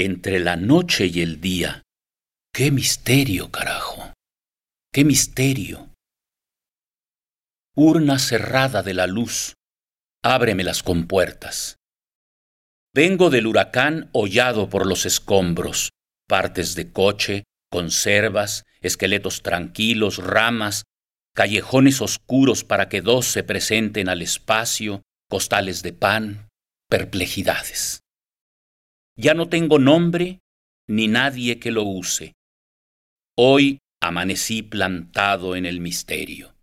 Entre la noche y el día. ¡Qué misterio, carajo! ¡Qué misterio! Urna cerrada de la luz, ábreme las compuertas. Vengo del huracán hollado por los escombros, partes de coche, conservas, esqueletos tranquilos, ramas, callejones oscuros para que dos se presenten al espacio, costales de pan, perplejidades. Ya no tengo nombre ni nadie que lo use. Hoy amanecí plantado en el misterio.